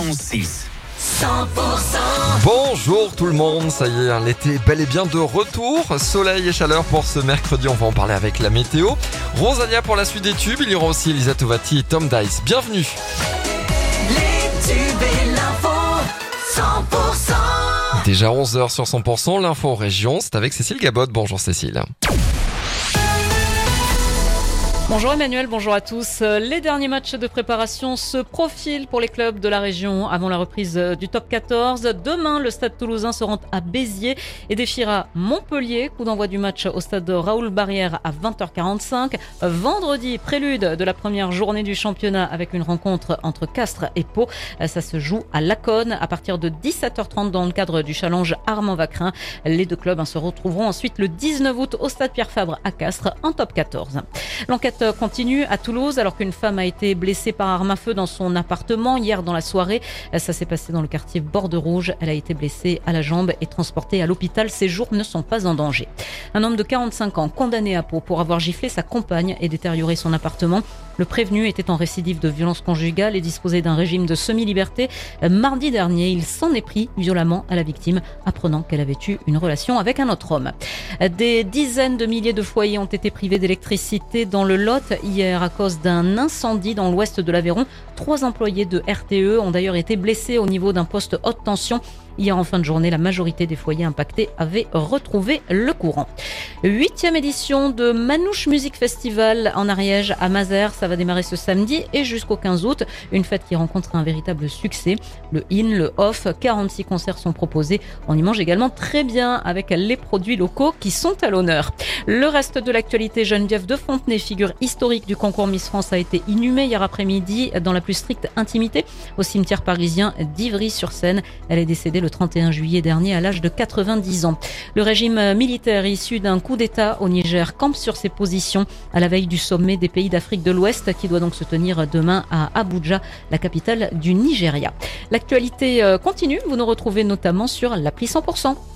91.6. 100%. Bonjour tout le monde, ça y est, l'été est bel et bien de retour. Soleil et chaleur pour ce mercredi, on va en parler avec la météo. Rosalia pour la suite des tubes, il y aura aussi Elisa Tovati et Tom Dice. Bienvenue. Les tubes et l'info, 100%. Déjà 11h sur 100%, l'info région, c'est avec Cécile Gabot. Bonjour Cécile. Bonjour Emmanuel, bonjour à tous. Les derniers matchs de préparation se profilent pour les clubs de la région avant la reprise du top 14. Demain, le Stade Toulousain se rend à Béziers et défiera Montpellier. Coup d'envoi du match au stade Raoul Barrière à 20h45. Vendredi, prélude de la première journée du championnat avec une rencontre entre Castres et Pau. Ça se joue à Laconne à partir de 17h30 dans le cadre du challenge Armand-Vacrin. Les deux clubs se retrouveront ensuite le 19 août au stade Pierre-Fabre à Castres en top 14. L'enquête continue à Toulouse alors qu'une femme a été blessée par arme à feu dans son appartement hier dans la soirée. Ça s'est passé dans le quartier Borde-Rouge. Elle a été blessée à la jambe et transportée à l'hôpital. Ses jours ne sont pas en danger. Un homme de 45 ans condamné à Pau pour avoir giflé sa compagne et détérioré son appartement. Le prévenu était en récidive de violence conjugale et disposait d'un régime de semi-liberté. Mardi dernier, il s'en est pris violemment à la victime, apprenant qu'elle avait eu une relation avec un autre homme. Des dizaines de milliers de foyers ont été privés d'électricité dans le Lot hier à cause d'un incendie dans l'ouest de l'Aveyron. 3 employés de RTE ont d'ailleurs été blessés au niveau d'un poste haute tension. Hier en fin de journée, la majorité des foyers impactés avaient retrouvé le courant. 8e édition de Manouche Music Festival en Ariège à Mazères. Ça va démarrer ce samedi et jusqu'au 15 août. Une fête qui rencontre un véritable succès. Le in, le off, 46 concerts sont proposés. On y mange également très bien avec les produits locaux qui sont à l'honneur. Le reste de l'actualité, Geneviève de Fontenay, figure historique du concours Miss France, a été inhumée hier après-midi dans la plus stricte intimité au cimetière parisien d'Ivry-sur-Seine. Elle est décédée le 31 juillet dernier à l'âge de 90 ans. Le régime militaire issu d'un coup d'État au Niger campe sur ses positions à la veille du sommet des pays d'Afrique de l'Ouest qui doit donc se tenir demain à Abuja, la capitale du Nigeria. L'actualité continue, vous nous retrouvez notamment sur l'appli 100%.